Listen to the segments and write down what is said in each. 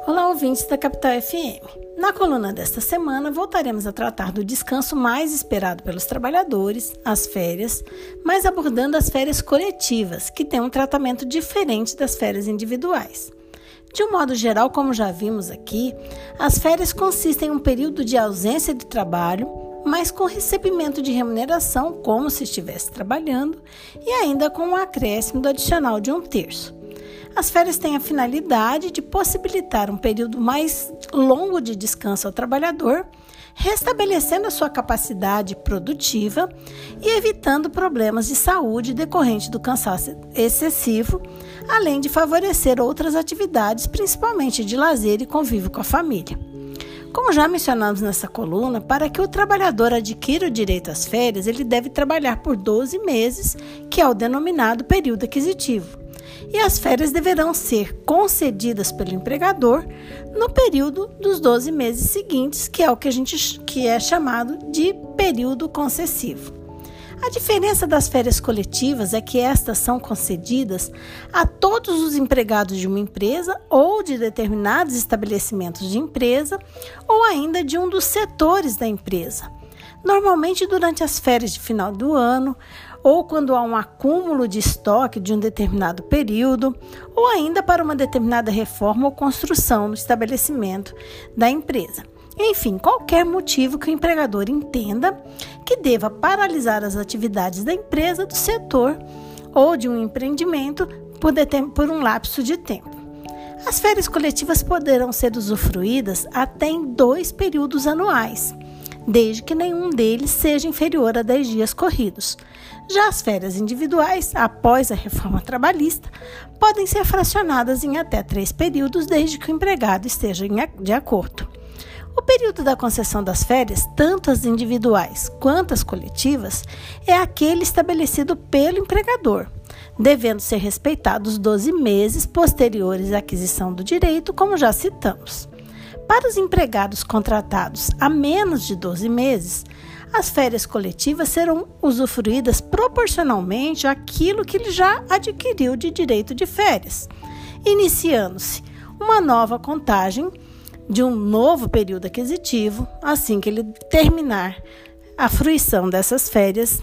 Olá, ouvintes da Capital FM. Na coluna desta semana, voltaremos a tratar do descanso mais esperado pelos trabalhadores, as férias, mas abordando as férias coletivas, que têm um tratamento diferente das férias individuais. De um modo geral, como já vimos aqui, as férias consistem em um período de ausência de trabalho, mas com recebimento de remuneração, como se estivesse trabalhando, e ainda com um acréscimo do adicional de 1/3. As férias têm a finalidade de possibilitar um período mais longo de descanso ao trabalhador, restabelecendo a sua capacidade produtiva e evitando problemas de saúde decorrentes do cansaço excessivo, além de favorecer outras atividades, principalmente de lazer e convívio com a família. Como já mencionamos nessa coluna, para que o trabalhador adquira o direito às férias, ele deve trabalhar por 12 meses, que é o denominado período aquisitivo. E as férias deverão ser concedidas pelo empregador no período dos 12 meses seguintes, que é o que é chamado de período concessivo. A diferença das férias coletivas é que estas são concedidas a todos os empregados de uma empresa ou de determinados estabelecimentos de empresa ou ainda de um dos setores da empresa. Normalmente durante as férias de final do ano, ou quando há um acúmulo de estoque de um determinado período, ou ainda para uma determinada reforma ou construção no estabelecimento da empresa. Enfim, qualquer motivo que o empregador entenda que deva paralisar as atividades da empresa, do setor ou de um empreendimento por um lapso de tempo. As férias coletivas poderão ser usufruídas até em 2 períodos anuais, desde que nenhum deles seja inferior a 10 dias corridos. Já as férias individuais, após a reforma trabalhista, podem ser fracionadas em até 3 períodos, desde que o empregado esteja de acordo. O período da concessão das férias, tanto as individuais quanto as coletivas, é aquele estabelecido pelo empregador, devendo ser respeitados 12 meses posteriores à aquisição do direito, como já citamos. Para os empregados contratados há menos de 12 meses, as férias coletivas serão usufruídas proporcionalmente àquilo que ele já adquiriu de direito de férias, iniciando-se uma nova contagem de um novo período aquisitivo, assim que ele terminar a fruição dessas férias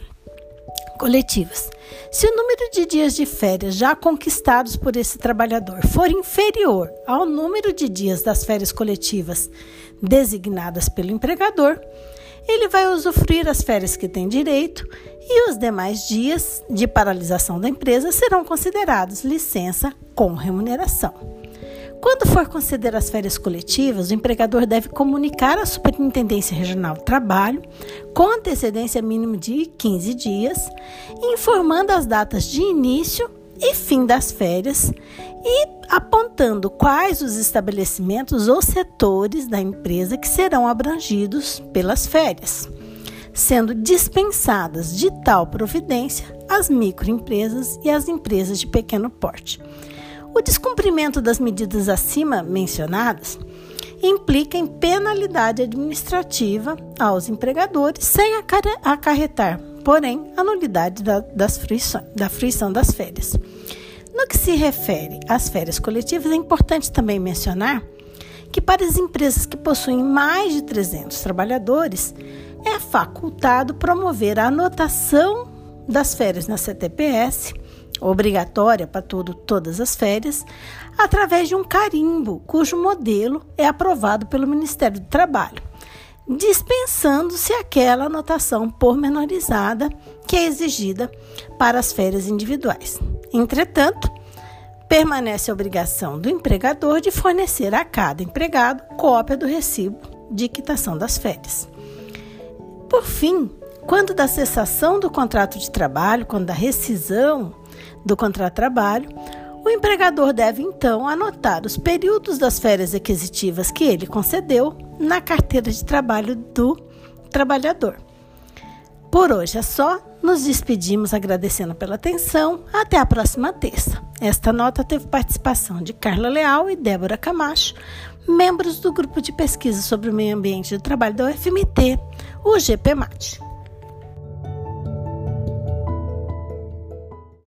coletivas. Se o número de dias de férias já conquistados por esse trabalhador for inferior ao número de dias das férias coletivas designadas pelo empregador, ele vai usufruir as férias que tem direito e os demais dias de paralisação da empresa serão considerados licença com remuneração. Quando for conceder as férias coletivas, o empregador deve comunicar à Superintendência Regional do Trabalho, com antecedência mínima de 15 dias, informando as datas de início e fim das férias e apontando quais os estabelecimentos ou setores da empresa que serão abrangidos pelas férias, sendo dispensadas de tal providência as microempresas e as empresas de pequeno porte. O descumprimento das medidas acima mencionadas implica em penalidade administrativa aos empregadores, sem acarretar, porém, a nulidade da fruição das férias. No que se refere às férias coletivas, é importante também mencionar que para as empresas que possuem mais de 300 trabalhadores, é facultado promover a anotação das férias na CTPS, obrigatória para todas as férias, através de um carimbo, cujo modelo é aprovado pelo Ministério do Trabalho, dispensando-se aquela anotação pormenorizada que é exigida para as férias individuais. Entretanto, permanece a obrigação do empregador de fornecer a cada empregado cópia do recibo de quitação das férias. Por fim, quando da cessação do contrato de trabalho, quando da rescisão do contrato de trabalho, o empregador deve então anotar os períodos das férias aquisitivas que ele concedeu na carteira de trabalho do trabalhador. Por hoje é só, nos despedimos agradecendo pela atenção, até a próxima terça. Esta nota teve participação de Carla Leal e Débora Camacho, membros do Grupo de Pesquisa sobre o Meio Ambiente do Trabalho da UFMT, o GPMAT.